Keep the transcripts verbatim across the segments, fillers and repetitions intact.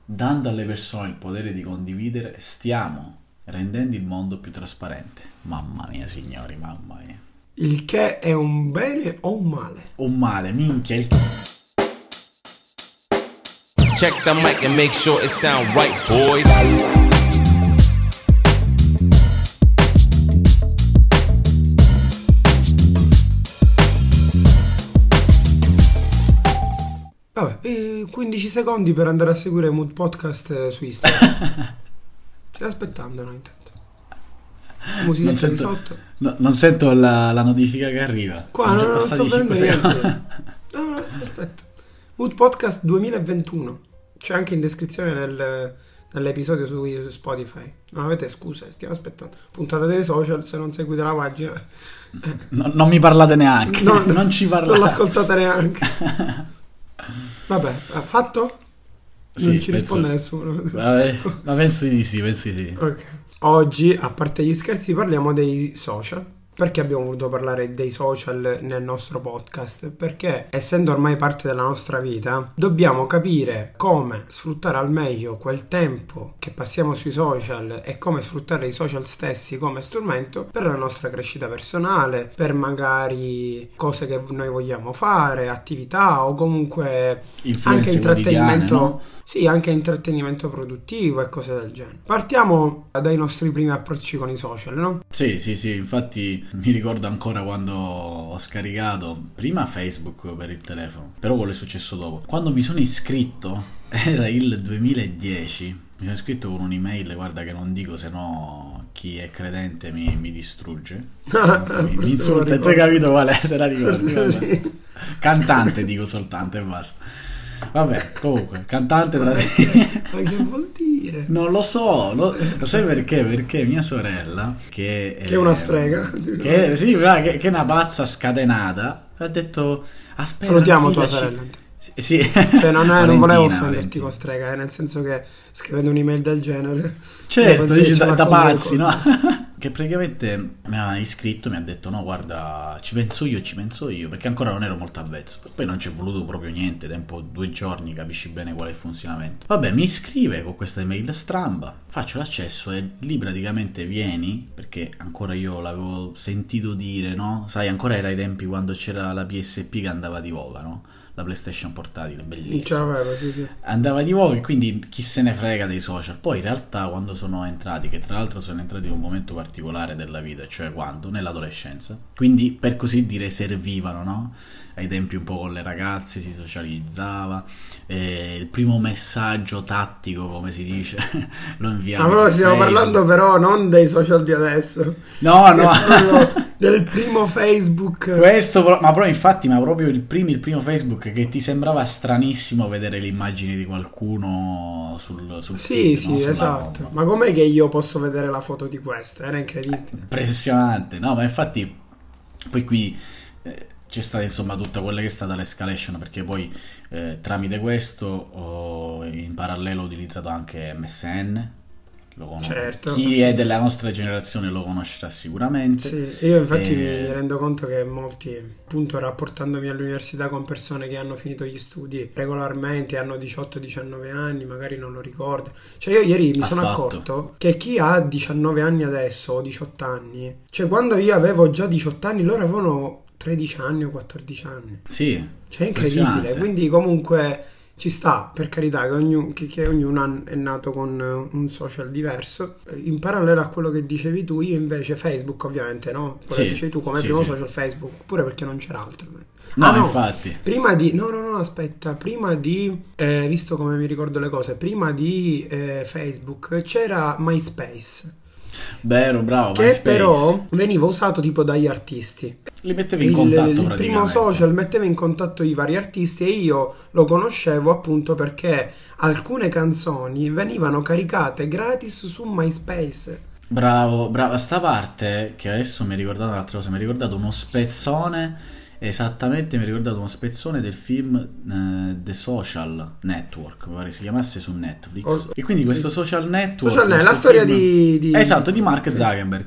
dando alle persone il potere di condividere, stiamo rendendo il mondo più trasparente. Mamma mia, signori, mamma mia. Il che è un bene o un male? Un male, minchia. Il... Check the mic and make sure it sound right, boys. Vabbè, eh, quindici secondi per andare a seguire Mood Podcast eh, su Instagram. Stai aspettando, no, intanto. Musica non di sento, sotto. No, non sento la, la notifica che arriva. Qua sono no, già non passati sto cinque prendendo secondi. niente. No, no, aspetta. Mood Podcast duemilaventuno. C'è anche in descrizione nel, nell'episodio su, su Spotify. Non avete scuse, stiamo aspettando. Puntata dei social, se non seguite la pagina. No, non mi parlate neanche. No, no, non ci parlate. Non l'ascoltate neanche. Vabbè, ha fatto? Non Sì, ci penso- risponde nessuno. Vabbè, ma penso di sì, penso di sì. Ok. Oggi, a parte gli scherzi, parliamo dei social. Perché abbiamo voluto parlare dei social nel nostro podcast? Perché, essendo ormai parte della nostra vita, dobbiamo capire come sfruttare al meglio quel tempo che passiamo sui social e come sfruttare i social stessi come strumento per la nostra crescita personale, per magari cose che noi vogliamo fare, attività o comunque anche Influenze intrattenimento. quotidiane, no? Sì, anche intrattenimento produttivo e cose del genere. Partiamo dai nostri primi approcci con i social, no? Sì, sì, sì, infatti mi ricordo ancora quando ho scaricato prima Facebook per il telefono, però quello è successo dopo. Quando mi sono iscritto, era il duemiladieci, mi sono iscritto con un'email, guarda che non dico, se no chi è credente mi, mi distrugge, mi, mi insulta, tu hai capito qual è? Te la ricordi? Vabbè. Sì. Cantante dico soltanto e basta. Vabbè, comunque, cantante tra... Ma che vuol dire? Non lo so, lo, lo sai perché? Perché mia sorella, che, Che è una strega. che, sì, brava, che, che è una pazza scatenata, ha detto aspetta, Salutiamo tua ci- sorella. Sì, sì. Cioè non, è, non volevo Valentina, offenderti Valentina. con strega, eh, nel senso che scrivendo un'email del genere Certo, pensi che dici ce da, la da conviene pazzi, con- no? Che praticamente mi ha iscritto, mi ha detto no, guarda, ci penso io, ci penso io, perché ancora non ero molto avvezzo. Poi non ci è voluto proprio niente, tempo due giorni, capisci bene qual è il funzionamento. Vabbè, mi iscrive con questa email stramba, faccio l'accesso e lì praticamente vieni, perché ancora io l'avevo sentito dire, no? Sai, ancora era ai tempi quando c'era la P S P che andava di voga, no? La PlayStation portatile, bellissima. Cioè, vabbè, sì, sì. Andava di voga e quindi chi se ne frega dei social. Poi in realtà quando sono entrati, che tra l'altro sono entrati in un momento particolare della vita, cioè quando? Nell'adolescenza, quindi per così dire servivano, no? Ai tempi un po' con le ragazze si socializzava, e il primo messaggio tattico, come si dice, lo inviavo Ma però su stiamo Facebook. parlando però non dei social di adesso. No, no. È proprio del primo Facebook. Questo, però- ma però infatti, ma proprio il primo, il primo Facebook che ti sembrava stranissimo vedere le immagini di qualcuno sul, sul Sì, feed, sì, no? Sulla- esatto. Ma com'è che io posso vedere la foto di questa? Era incredibile. Impressionante, no? Ma infatti poi qui eh, c'è stata insomma tutta quella che è stata l'escalation, perché poi eh, tramite questo ho in parallelo ho utilizzato anche M S N. Lo con- Certo, Chi sì. è della nostra generazione lo conoscerà sicuramente. Sì, io infatti Eh, mi rendo conto che molti, appunto rapportandomi all'università con persone che hanno finito gli studi regolarmente, hanno diciotto diciannove anni, magari non lo ricordo. Cioè io ieri mi sono Affatto. accorto che chi ha diciannove anni adesso o diciotto anni, cioè quando io avevo già diciotto anni loro avevano tredici anni o quattordici anni. Sì, Cioè è incredibile, impressionante. quindi comunque ci sta, per carità, che, ognu- che- che ognuno ha- è nato con eh, un social diverso. In parallelo a quello che dicevi tu, io invece Facebook ovviamente, no? Quello Sì, che dicevi tu come sì, primo sì. social Facebook, pure perché non c'era altro. No, Ah, infatti. Prima di... No, no, no, aspetta, prima di... eh, visto come mi ricordo le cose, prima di eh, Facebook c'era MySpace, Vero, bravo, che MySpace. però veniva usato tipo dagli artisti. Li mettevi in Il- contatto il, praticamente. primo social metteva in contatto i vari artisti e io lo conoscevo appunto perché alcune canzoni venivano caricate gratis su MySpace. Bravo, bravo. Sta parte che adesso mi è ricordato un'altra cosa, mi è ricordato uno spezzone, esattamente mi è ricordato uno spezzone del film eh, The Social Network, mi pare si chiamasse su Netflix. Oh, e quindi questo sì. social network... Social Net- questo la storia film- di, di- Esatto, di Mark Zuckerberg.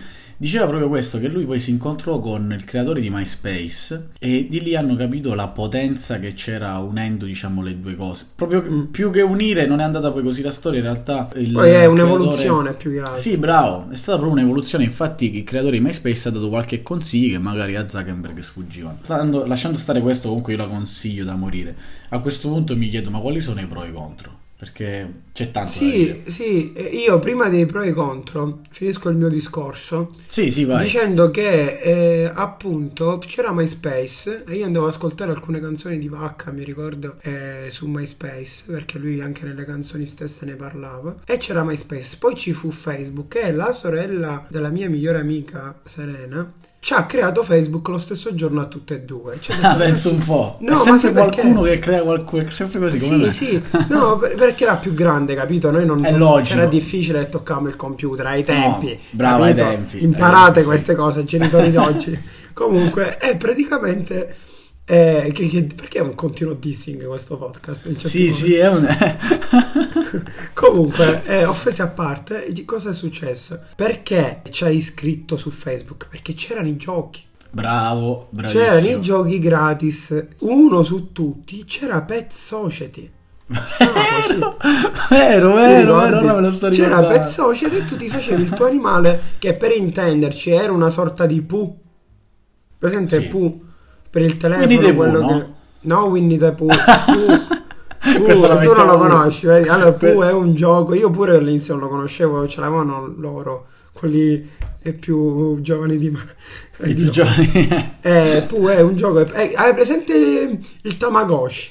diceva proprio questo, che lui poi si incontrò con il creatore di MySpace e di lì hanno capito la potenza che c'era unendo, diciamo, le due cose. Proprio Mm. più che unire, non è andata poi così la storia, in realtà il Poi è creatore- un'evoluzione più che altro. Sì, bravo, è stata proprio un'evoluzione. Infatti il creatore di MySpace ha dato qualche consiglio che magari a Zuckerberg sfuggivano. Stando- lasciando stare questo, comunque io la consiglio da morire. A questo punto mi chiedo, ma quali sono i pro e i contro? Perché c'è tanto da dire. Sì, sì, eh, io prima dei pro e i contro finisco il mio discorso Sì, sì, vai. dicendo che eh, appunto c'era MySpace e io andavo ad ascoltare alcune canzoni di Vacca, mi ricordo, eh, su MySpace, perché lui anche nelle canzoni stesse ne parlava, e c'era MySpace. Poi ci fu Facebook e la sorella della mia migliore amica Serena ci ha creato Facebook lo stesso giorno a tutte e due. Cioè, Ah, penso un po'. No, è ma sempre sai perché? qualcuno che crea qualcuno, è sempre così come Sì, me. sì, no, per- perché era più grande, capito? Noi non È logico. era difficile e toccavamo il computer ai tempi. No, bravo, ai capito? tempi. Imparate Ai tempi, sì. queste cose, genitori di oggi. Comunque, è praticamente eh, che- che- perché è un continuo dissing questo podcast? In certi Sì, momenti? sì, è un... Comunque, eh, offese a parte, di- cosa è successo? Perché ci hai iscritto su Facebook? Perché c'erano i giochi. Bravo, C'erano bravissimo. i giochi gratis, uno su tutti, c'era Pet Society. Ah, così. Vero, Ti vero, ricordi? vero, ora me lo sto C'era ricordando. Pet Society e tu ti facevi il tuo animale, che per intenderci era una sorta di Pooh. Presente Sì. Pooh per il telefono, Winnie the Pooh, quello no? che no, Winnie the Pooh. Pooh. Pooh, Questo lo tu non lo mettiamo- conosci, vedi? Allora Que- Pooh è un gioco, io pure all'inizio non lo conoscevo, ce l'avevano loro, quelli eh, più giovani di me. I Eh, più no. giovani. Eh, Pooh è un gioco, eh, hai presente il Tamagotchi?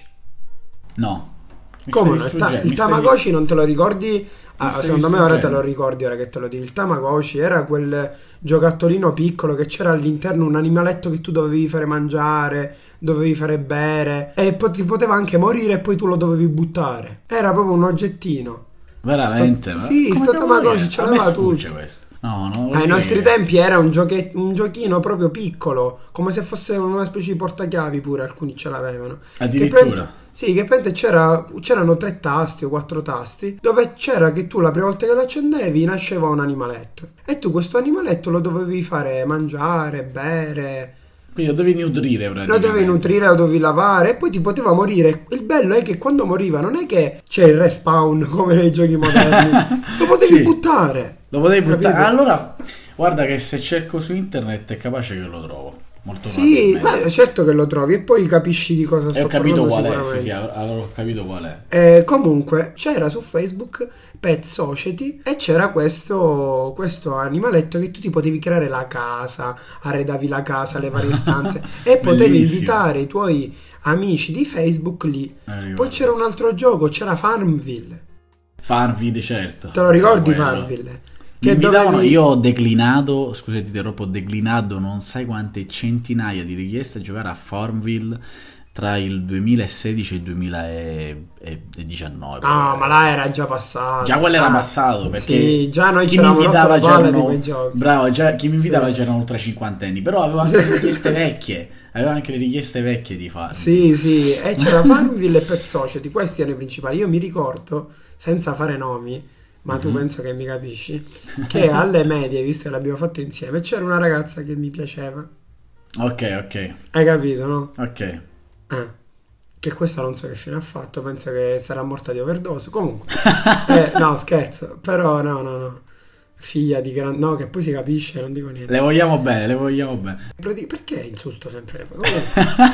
No. Mi Come stai no? Il, ta- distruggendo, il mi stai- Tamagotchi non te lo ricordi? Ah, stai secondo me ora te distruggendo. lo ricordi, ora che te lo dico. Il Tamagotchi era quel giocattolino piccolo che c'era all'interno un animaletto che tu dovevi fare mangiare, dovevi fare bere e poi ti poteva anche morire e poi tu lo dovevi buttare. Era proprio un oggettino. Veramente? Sto- ma- sì, come sto cavolo Tamagotchi è? ce A me l'aveva sfugge tutto. questo. No, no. Ai ok. nostri tempi era un, gioche- un giochino proprio piccolo, come se fosse una specie di portachiavi, pure alcuni ce l'avevano. Addirittura. Che prende- sì, che prende c'era, c'erano tre tasti o quattro tasti, dove c'era che tu la prima volta che l'accendevi nasceva un animaletto. E tu questo animaletto lo dovevi fare mangiare, bere, Quindi lo devi nutrire lo praticamente. dovevi nutrire, lo dovevi lavare e poi ti poteva morire. Il bello è che quando moriva non è che c'è il respawn come nei giochi moderni, lo potevi Sì. buttare. Lo potevi buttare. Capito? Allora, guarda che se cerco su internet è capace che lo trovo. Molto Sì, probabilmente. beh, certo che lo trovi e poi capisci di cosa E sto ho capito parlando qual è, sì, sicuramente. sì, allora ho capito qual è. Eh, comunque c'era su Facebook Pet Society e c'era questo, questo animaletto che tu ti potevi creare la casa, arredavi la casa, le varie stanze e potevi Bellissimo. invitare i tuoi amici di Facebook lì. Me lo ricordo. Poi c'era un altro gioco, c'era Farmville. Farmville, certo. Te lo ricordi Quello. Farmville? Mi invitavano, dovevi- io ho declinato, scusate, ti interrompo, ho declinato non sai quante centinaia di richieste a giocare a Farmville tra il duemilasedici e il duemiladiciannove. Ah, ma là era già passato. Già quello era Ah, passato perché sì, già noi chi ci mi eravamo rotto invitava la palla di c'erano quei giochi. bravo, già chi mi invitava Sì. c'erano ultra cinquantenni, però avevo anche le richieste vecchie, avevo anche le richieste vecchie di farmi. Sì, sì, e c'era Farmville e Pet Society, questi erano i principali. Io mi ricordo, senza fare nomi, ma tu Mhm. penso che mi capisci, che alle medie, visto che l'abbiamo fatto insieme, c'era una ragazza che mi piaceva. Ok, ok, Hai capito, no? ok. Eh. Che questa non so che fine ha fatto, penso che sarà morta di overdose. Comunque, eh, no, scherzo, però no, no, no. Figlia di gran... No, che poi si capisce, non dico niente. Le vogliamo bene, le vogliamo bene. Prati- Perché insulto sempre? Comunque.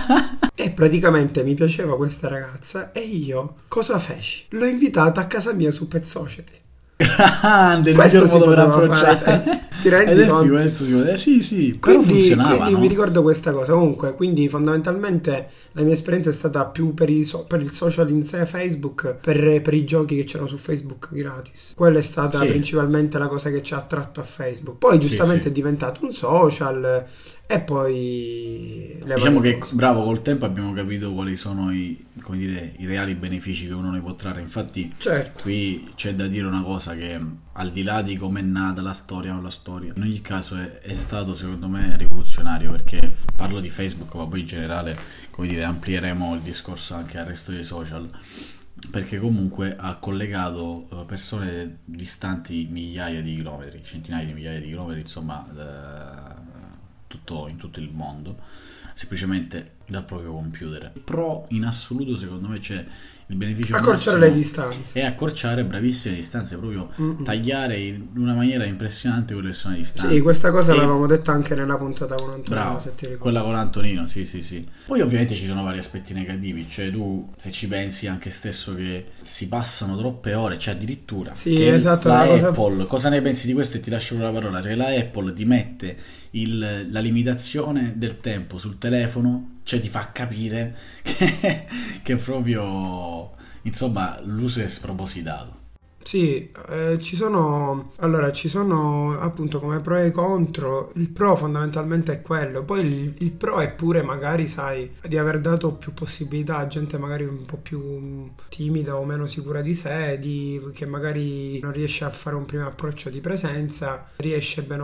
E praticamente mi piaceva questa ragazza e io cosa feci? L'ho invitata a casa mia su Pet Society. Grande, il Questo miglior si modo per poteva approcciare. fare. Ti rendi Ed è conto? figo, questo si poteva- sì, sì, però Quindi, funzionava, quindi no? mi ricordo questa cosa. Comunque, quindi fondamentalmente la mia esperienza è stata più per, i so- per il social in sé, Facebook, per, per i giochi che c'erano su Facebook gratis. Quella è stata Sì. principalmente la cosa che ci ha attratto a Facebook. Poi giustamente sì. è diventato un social e poi... le Diciamo varie che, cose. bravo, col tempo abbiamo capito quali sono i, come dire, i reali benefici che uno ne può trarre. Infatti, Certo. qui c'è da dire una cosa che, al di là di come è nata la storia o la storia, in ogni caso è, è stato, secondo me, rivoluzionario, perché f- parlo di Facebook, ma poi in generale, come dire, amplieremo il discorso anche al resto dei social. perché comunque ha collegato eh, persone distanti migliaia di chilometri, centinaia di migliaia di chilometri, insomma, da- tutto, in tutto il mondo, semplicemente dal proprio computer. Pro in assoluto, secondo me, c'è il beneficio Accorciare massimo le distanze. e accorciare bravissime distanze, proprio Mm-mm. tagliare in una maniera impressionante quelle che sono le distanze. Sì, questa cosa E- l'avevamo detta anche nella puntata con Antonio, Bravo, se ti ricordi. quella con Antonino, sì, sì, sì. Poi ovviamente ci sono vari aspetti negativi, cioè tu, se ci pensi anche stesso che si passano troppe ore, cioè addirittura Sì, che esatto, la la cosa- Apple, cosa ne pensi di questo? E ti lascio la parola, cioè la Apple ti mette il- la limitazione del tempo sul telefono, cioè ti fa capire che, che proprio, insomma, l'uso è spropositato. Sì, eh, ci sono, allora ci sono appunto come pro e contro. Il pro fondamentalmente è quello, poi il, il pro è pure magari, sai, di aver dato più possibilità a gente magari un po' più timida o meno sicura di sé, di, che magari non riesce a fare un primo approccio di presenza, riesce bene o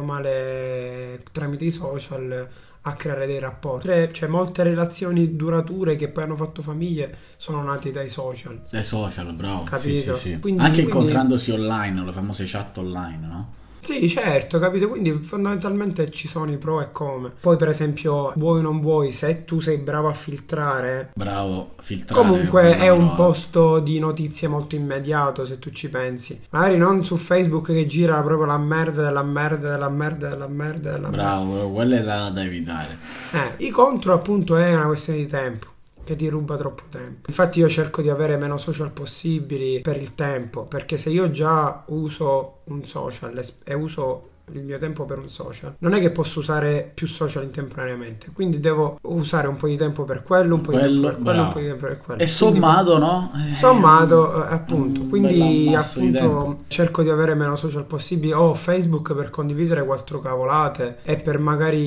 male tramite i social a creare dei rapporti. Cioè, cioè molte relazioni durature che poi hanno fatto famiglie sono nate dai social. Dai social, bravo. Capito? Sì, sì, sì. Quindi- Anche quindi- incontrandosi online, le famose chat online, no? Sì, certo, capito? Quindi fondamentalmente ci sono i pro e come. Poi per esempio, vuoi o non vuoi, se tu sei bravo a filtrare, Bravo, filtrare. comunque bella è un parola. posto di notizie molto immediato, se tu ci pensi. Magari non su Facebook che gira proprio la merda della merda della merda della merda della merda. Bravo, quella è da, da evitare. Eh, i contro appunto è una questione di tempo, che ti ruba troppo tempo. Infatti io cerco di avere meno social possibili per il tempo, perché se io già uso un social e- e uso il mio tempo per un social, non è che posso usare più social contemporaneamente, quindi devo usare un po' di tempo per quello, un po' di Quello, tempo per quello, un bravo. po' di tempo per quello. E Quindi- sommato, no? Eh, Sommato, eh, appunto, un quindi bell'ammasso di tempo. appunto cerco di avere meno social possibili. Ho Facebook per condividere quattro cavolate e per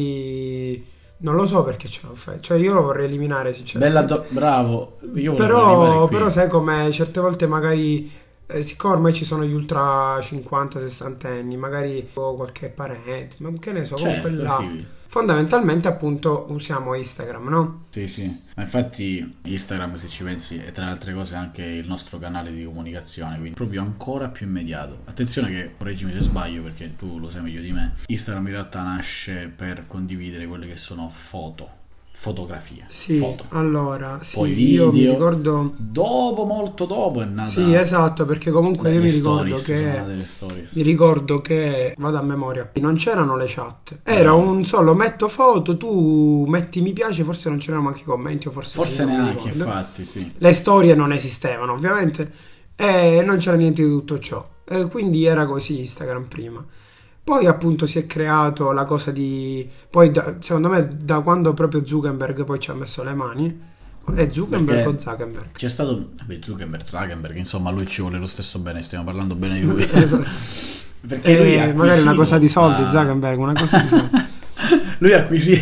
magari non lo so perché ce l'ho fatto. Cioè io lo vorrei eliminare sinceramente. Bella do- bravo. Io volevo Però, arrivare qui. però sai come certe volte magari eh, siccome ormai ci sono gli ultra cinquanta sessanta anni, magari ho qualche parente, ma che ne so, comunque Certo, là. sì. Fondamentalmente appunto usiamo Instagram, no? Sì, sì. Ma infatti Instagram, se ci pensi, è tra le altre cose anche il nostro canale di comunicazione, quindi proprio ancora più immediato. Attenzione che, correggimi se sbaglio perché tu lo sai meglio di me, Instagram in realtà nasce per condividere quelle che sono foto, fotografie, Sì, foto. allora, sì, Poi io mi video. ricordo. Dopo, molto dopo è nata... Sì, esatto, perché comunque le- io le mi ricordo stories, sono che nate le stories. mi ricordo che vado a memoria, non c'erano le chat, era un solo metto foto, tu metti mi piace, forse non c'erano anche i commenti o forse Forse sì, non mi neanche, ricordo. infatti, sì. Le storie non esistevano ovviamente e non c'era niente di tutto ciò. E quindi era così Instagram prima. Poi appunto si è creato la cosa di... Poi da- secondo me da quando proprio Zuckerberg poi ci ha messo le mani, è Zuckerberg Perché o Zuckerberg? C'è stato, vabbè, Zuckerberg, Zuckerberg, insomma, lui ci vuole lo stesso bene, stiamo parlando bene di lui. Perché lui Eh, ha magari una acquisito cosa di soldi, la- Zuckerberg, una cosa di soldi. Lui ha acquisito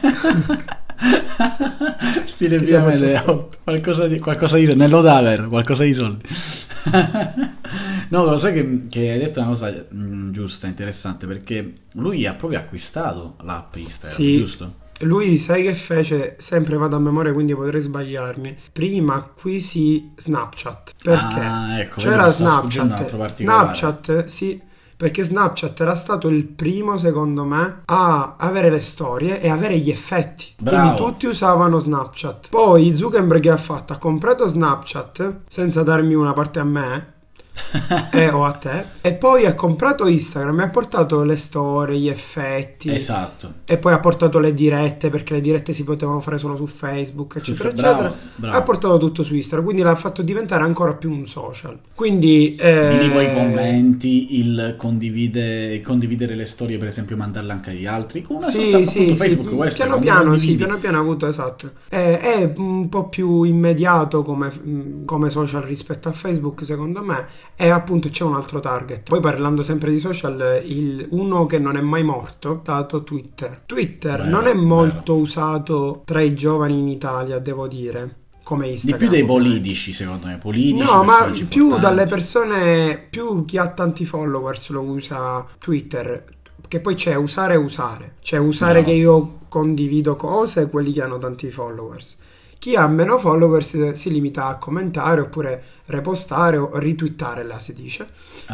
stile Che via cosa c'è Medeo, stato? qualcosa di qualcosa di nello Daver, qualcosa di soldi. No, lo sai che, che hai detto una cosa mh, giusta, interessante, perché lui ha proprio acquistato l'app Instagram, Sì. giusto? Lui sai che fece? Sempre vado a memoria, quindi potrei sbagliarmi. Prima acquisì Snapchat. Perché? Ah, ecco, vedi, c'era mi sta sfuggendo un Snapchat. altro particolare. Snapchat, sì. Perché Snapchat era stato il primo, secondo me, a avere le storie e avere gli effetti. Bravo. Quindi tutti usavano Snapchat. Poi Zuckerberg che ha fatto? Ha comprato Snapchat senza darmi una parte a me. eh, o a te. E poi ha comprato Instagram e ha portato le storie, gli effetti. Esatto. E poi ha portato le dirette, perché le dirette si potevano fare solo su Facebook, eccetera, Su- bravo, eccetera. bravo. Ha portato tutto su Instagram, quindi l'ha fatto diventare ancora più un social. Quindi eh, Di tipo i commenti, il condivide, condividere le storie, per esempio, mandarle anche agli altri. Una sorta, Sì, appunto, sì, Facebook, sì, questo, piano quando piano, sì, condividi. piano piano ha avuto, esatto. È, è un po' più immediato come, come social rispetto a Facebook, secondo me, e appunto c'è un altro target. Poi parlando sempre di social, il, uno che non è mai morto è stato Twitter. Twitter Vero, non è vero. molto usato tra i giovani in Italia, devo dire, come Di Instagram. più dei ovviamente. politici, secondo me, politici, No, ma personaggi più importanti. dalle persone, più chi ha tanti followers lo usa Twitter, che poi c'è usare e usare. C'è usare Bravo. che io condivido cose e quelli che hanno tanti followers. Chi ha meno follower si limita a commentare oppure repostare o retweetare, là si dice,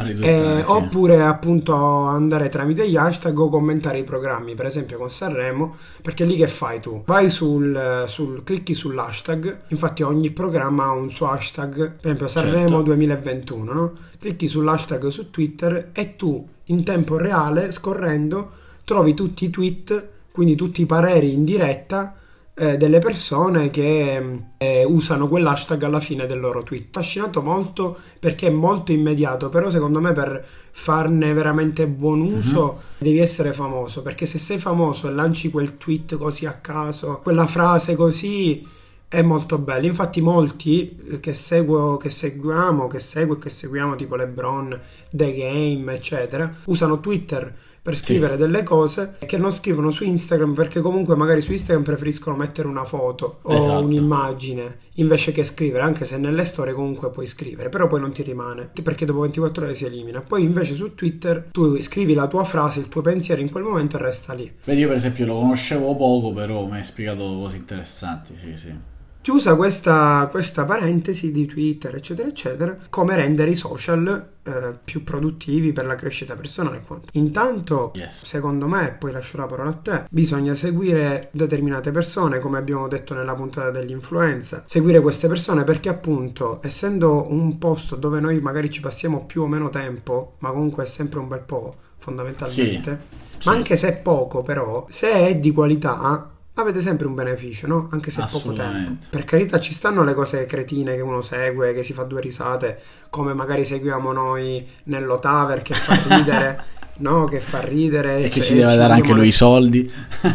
eh, sì. Oppure appunto andare tramite gli hashtag o commentare i programmi, per esempio con Sanremo, perché lì che fai tu? Vai sul, sul clicchi sull'hashtag, infatti ogni programma ha un suo hashtag, per esempio Sanremo certo. duemilaventuno, no? Clicchi sull'hashtag su Twitter e tu in tempo reale, scorrendo, trovi tutti i tweet, quindi tutti i pareri in diretta delle persone che eh, usano quell'hashtag alla fine del loro tweet. Affascinato molto perché è molto immediato, però secondo me per farne veramente buon uso uh-huh. devi essere famoso, perché se sei famoso e lanci quel tweet così a caso, quella frase così, è molto bello. Infatti molti che seguo, che seguiamo, che seguo e che seguiamo tipo LeBron, The Game eccetera, usano Twitter per scrivere sì. delle cose che non scrivono su Instagram, perché comunque magari su Instagram preferiscono mettere una foto o esatto. un'immagine invece che scrivere, anche se nelle storie comunque puoi scrivere, però poi non ti rimane perché dopo ventiquattro ore si elimina. Poi invece su Twitter tu scrivi la tua frase, il tuo pensiero in quel momento e resta lì. Vedi, io per esempio lo conoscevo poco, però mi hai spiegato cose interessanti. Sì, sì. Chiusa questa, questa parentesi di Twitter eccetera eccetera, come rendere i social eh, più produttivi per la crescita personale e quanto. Intanto yes. secondo me, poi lascio la parola a te, bisogna seguire determinate persone, come abbiamo detto nella puntata dell'influenza, seguire queste persone perché appunto essendo un posto dove noi magari ci passiamo più o meno tempo, ma comunque è sempre un bel po' fondamentalmente sì. ma sì. anche se è poco, però se è di qualità avete sempre un beneficio, no? Anche se è poco tempo. Per carità, ci stanno le cose cretine che uno segue, che si fa due risate, come magari seguiamo noi nell'Otaver, che fa ridere, no? Che fa ridere. E che ci deve dare anche lui i soldi.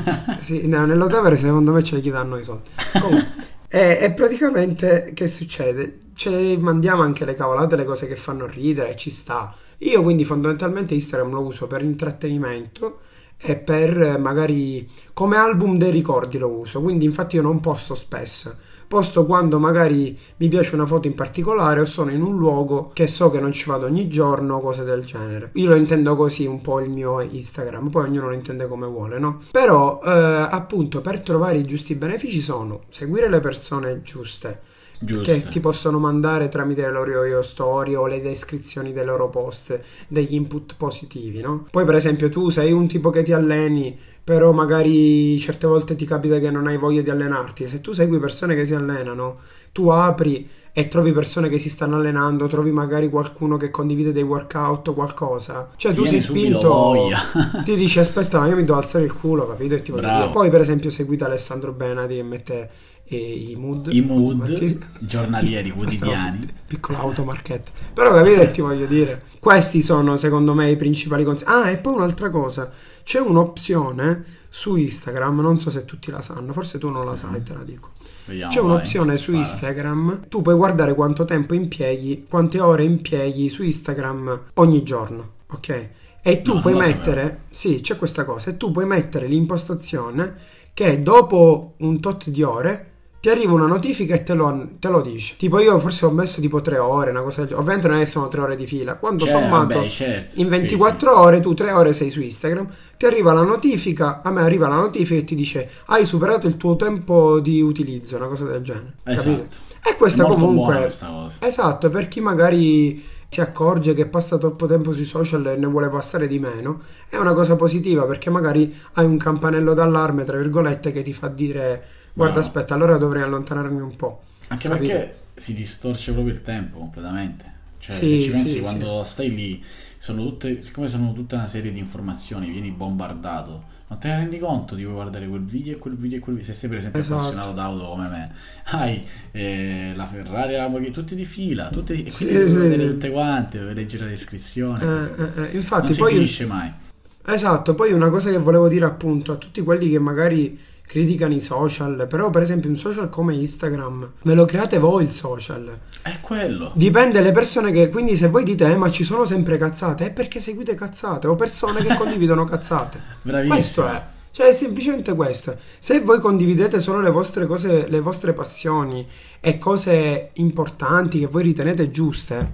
Sì, no, nell'Otaver secondo me ce li danno i soldi. Comunque, e, e praticamente che succede? Ce mandiamo anche le cavolate, le cose che fanno ridere, ci sta. Io quindi fondamentalmente Instagram lo uso per intrattenimento e per magari come album dei ricordi lo uso, quindi infatti io non posto spesso, posto quando magari mi piace una foto in particolare o sono in un luogo che so che non ci vado ogni giorno, cose del genere. Io lo intendo così un po' il mio Instagram, poi ognuno lo intende come vuole, no? Però eh, appunto per trovare i giusti benefici sono seguire le persone giuste, Giusto. Che ti possono mandare tramite le loro storie o le descrizioni dei loro post degli input positivi, no? Poi per esempio tu sei un tipo che ti alleni, però magari certe volte ti capita che non hai voglia di allenarti. Se tu segui persone che si allenano, tu apri e trovi persone che si stanno allenando, trovi magari qualcuno che condivide dei workout o qualcosa, cioè tu sei spinto, ti dici aspetta, ma io mi devo alzare il culo, capito? E ti voglio. Poi per esempio seguite Alessandro Benati che mette e i mood, i mood ti... giornalieri quotidiani, piccola automarchetta, però capite, ti voglio dire, questi sono secondo me i principali consigli. Ah, e poi un'altra cosa, c'è un'opzione su Instagram, non so se tutti la sanno, forse tu non la sai, te la dico. Vediamo, c'è un'opzione vai, su Instagram, tu puoi guardare quanto tempo impieghi, quante ore impieghi su Instagram ogni giorno, ok? E tu no, puoi mettere sapevo. Sì, c'è questa cosa, e tu puoi mettere l'impostazione che dopo un tot di ore ti arriva una notifica e te lo, te lo dice. Tipo io forse ho messo tipo tre ore, una cosa del genere. Ovviamente non è che sono tre ore di fila. Quando cioè, sommato vabbè, certo. in ventiquattro sì, sì. ore, tu tre ore sei su Instagram, ti arriva la notifica, a me arriva la notifica e ti dice hai superato il tuo tempo di utilizzo, una cosa del genere. Esatto. Capito? E questa comunque questa cosa. Esatto, per chi magari si accorge che passa troppo tempo sui social e ne vuole passare di meno, è una cosa positiva, perché magari hai un campanello d'allarme, tra virgolette, che ti fa dire guarda, no. aspetta, allora dovrei allontanarmi un po'. Anche capito? Perché si distorce proprio il tempo completamente. Cioè, sì, se ci pensi, sì, quando sì. stai lì, sono tutte, siccome sono tutta una serie di informazioni, vieni bombardato, non te ne rendi conto, di guardare quel video e quel video e quel video. Se sei per esempio esatto. appassionato d'auto come me, hai eh, la Ferrari, la Lamborghini, tutti di fila, tutti di... e quindi sì, devi sì. vedere tutte quante, devi leggere la descrizione. Eh, eh, eh. Infatti, non si poi finisce mai. Esatto, poi una cosa che volevo dire appunto a tutti quelli che magari criticano i social, però per esempio un social come Instagram ve lo create voi il social, è quello, dipende le persone che, quindi se voi dite eh, ma ci sono sempre cazzate, è perché seguite cazzate o persone che condividono cazzate. Bravissimo. Questo è, cioè è semplicemente questo. Se voi condividete solo le vostre cose, le vostre passioni e cose importanti che voi ritenete giuste, che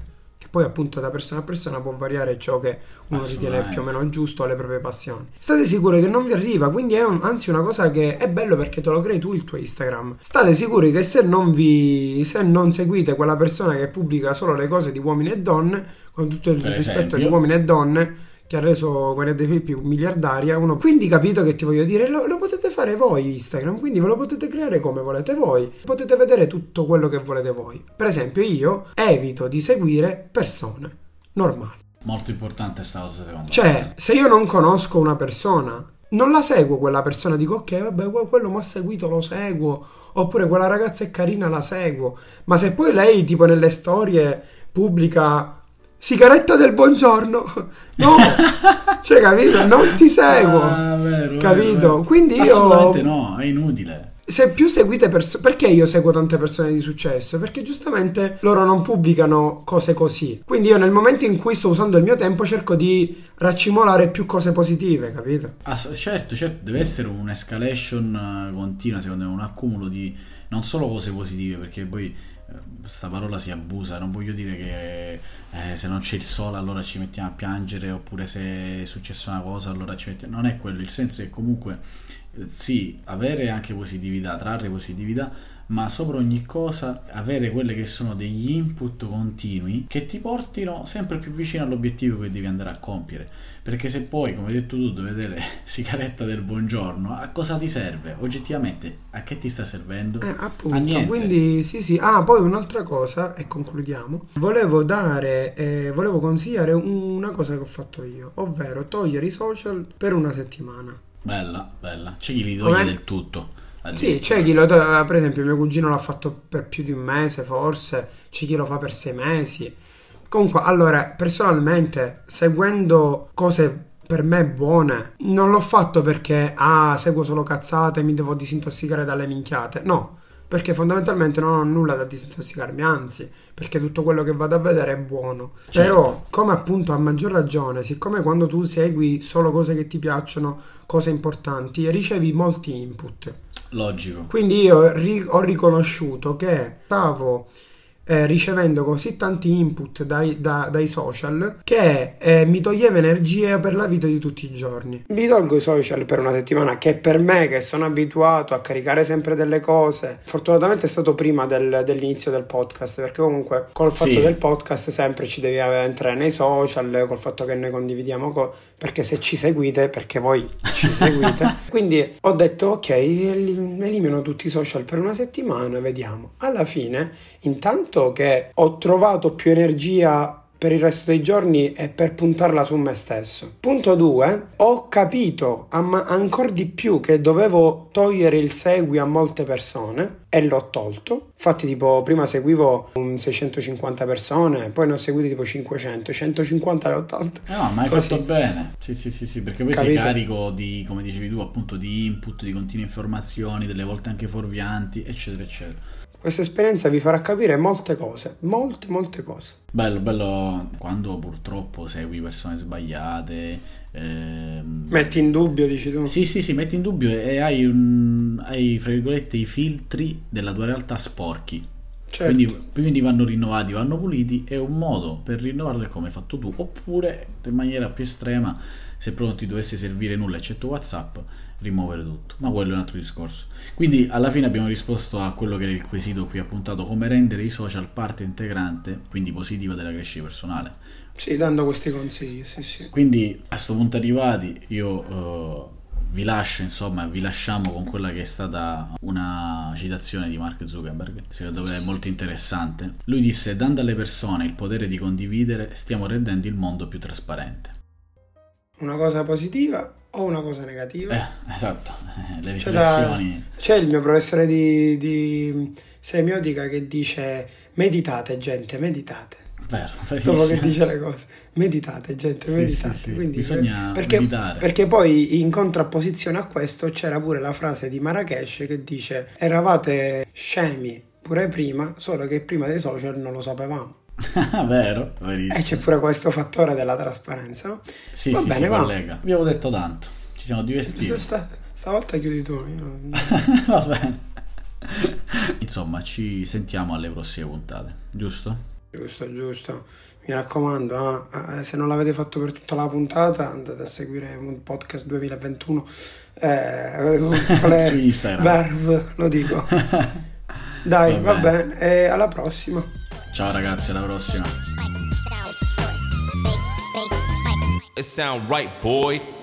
poi appunto da persona a persona può variare ciò che uno ritiene più o meno giusto alle proprie passioni. State sicuri che non vi arriva, quindi è un, anzi una cosa che è bello perché te lo crei tu il tuo Instagram. State sicuri che se non vi se non seguite quella persona che pubblica solo le cose di uomini e donne, con tutto il per rispetto esempio, di uomini e donne, che ha reso Guerra dei Filippi miliardaria, uno, quindi capito che ti voglio dire, lo, lo potete fare voi Instagram, quindi ve lo potete creare come volete voi, potete vedere tutto quello che volete voi. Per esempio io evito di seguire persone normali. Molto importante sta cosa secondo me. Cioè, se io non conosco una persona, non la seguo quella persona, dico ok, vabbè, quello mi ha seguito, lo seguo, oppure quella ragazza è carina, la seguo. Ma se poi lei tipo nelle storie pubblica sigaretta del buongiorno, no, cioè capito, non ti seguo, ah, vero, capito, vero, vero. Quindi io assolutamente no, è inutile. Se più seguite persone, perché io seguo tante persone di successo? Perché giustamente loro non pubblicano cose così, quindi io nel momento in cui sto usando il mio tempo cerco di raccimolare più cose positive, capito? Ah, certo, certo, deve essere un'escalation continua, secondo me, un accumulo di non solo cose positive, perché poi sta parola si abusa, non voglio dire che eh, se non c'è il sole allora ci mettiamo a piangere, oppure se è successa una cosa allora ci mettiamo, non è quello, il senso è comunque eh, sì, avere anche positività, trarre positività, ma sopra ogni cosa avere quelle che sono degli input continui che ti portino sempre più vicino all'obiettivo che devi andare a compiere, perché se poi, come hai detto tu, devi vedere sigaretta del buongiorno, a cosa ti serve? Oggettivamente, a che ti sta servendo? Eh, appunto, a niente. Quindi sì sì, ah poi un'altra cosa e concludiamo, volevo dare, eh, volevo consigliare una cosa che ho fatto io, ovvero togliere i social per una settimana. Bella, bella, c'è chi li toglie Come? del tutto. Sì, c'è chi lo to- per esempio mio cugino l'ha fatto per più di un mese forse, c'è chi lo fa per sei mesi. Comunque, allora, personalmente, seguendo cose per me buone, non l'ho fatto perché ah, seguo solo cazzate e mi devo disintossicare dalle minchiate. No, perché fondamentalmente non ho nulla da disintossicarmi, anzi, perché tutto quello che vado a vedere è buono. Certo. Però, come appunto a maggior ragione, siccome quando tu segui solo cose che ti piacciono, cose importanti, ricevi molti input. Logico. Quindi io ri- ho riconosciuto che stavo eh, ricevendo così tanti input dai, da, dai social che eh, mi toglieva energie per la vita di tutti i giorni. Mi tolgo i social per una settimana, che per me, che sono abituato a caricare sempre delle cose, fortunatamente è stato prima del, dell'inizio del podcast, perché comunque col fatto Sì. del podcast sempre ci devi entrare nei social, col fatto che noi condividiamo cose, perché se ci seguite, perché voi ci seguite, quindi ho detto ok, elimino tutti i social per una settimana, vediamo. Alla fine, intanto che ho trovato più energia per il resto dei giorni e per puntarla su me stesso. Punto due, ho capito am- ancora di più che dovevo togliere il segui a molte persone e l'ho tolto. Infatti tipo prima seguivo un seicentocinquanta persone, poi ne ho seguiti tipo cinquecento, centocinquanta le ho tolte. No, ma hai Così. fatto bene. Sì, sì, sì, sì, perché poi Capito? sei carico di, come dicevi tu, appunto di input, di continue informazioni, delle volte anche fuorvianti, eccetera, eccetera. Questa esperienza vi farà capire molte cose, molte molte cose. Bello, bello quando purtroppo segui persone sbagliate. Ehm... Metti in dubbio, dici tu? Sì, sì, sì, metti in dubbio e hai, un, hai, fra virgolette, i filtri della tua realtà sporchi. Certo. Quindi, quindi vanno rinnovati, vanno puliti, è un modo per rinnovarli come hai fatto tu, oppure in maniera più estrema, se proprio non ti dovesse servire nulla eccetto WhatsApp, rimuovere tutto, ma quello è un altro discorso. Quindi alla fine abbiamo risposto a quello che era il quesito qui appuntato: come rendere i social parte integrante, quindi positiva, della crescita personale. Sì, dando questi consigli, sì, sì. Quindi a sto punto arrivati io uh, vi lascio, insomma, vi lasciamo con quella che è stata una citazione di Mark Zuckerberg, secondo me è molto interessante. Lui disse: dando alle persone il potere di condividere, stiamo rendendo il mondo più trasparente. Una cosa positiva o una cosa negativa? Eh, esatto, le C'è, riflessioni. da, c'è il mio professore di, di semiotica che dice: meditate gente, meditate. Vero, Dopo che dice le cose, meditate gente, sì, meditate. sì, sì. Quindi, bisogna perché, meditare. Perché poi in contrapposizione a questo c'era pure la frase di Marrakesh che dice: eravate scemi pure prima, solo che prima dei social non lo sapevamo. Vero, verissimo. E c'è pure questo fattore della trasparenza, no? Sì, va sì, bene, si va. collega. Abbiamo detto tanto, ci siamo divertiti. Sta, stavolta chiudi tu. Io... Va bene. Insomma, ci sentiamo alle prossime puntate, giusto? Giusto, giusto. Mi raccomando, eh, se non l'avete fatto per tutta la puntata, andate a seguire un podcast duemilaventuno eh, qual è? Su Instagram. Verve, lo dico. Dai, va, va bene. bene, e alla prossima. Ciao ragazzi, alla prossima. It sound right, boy.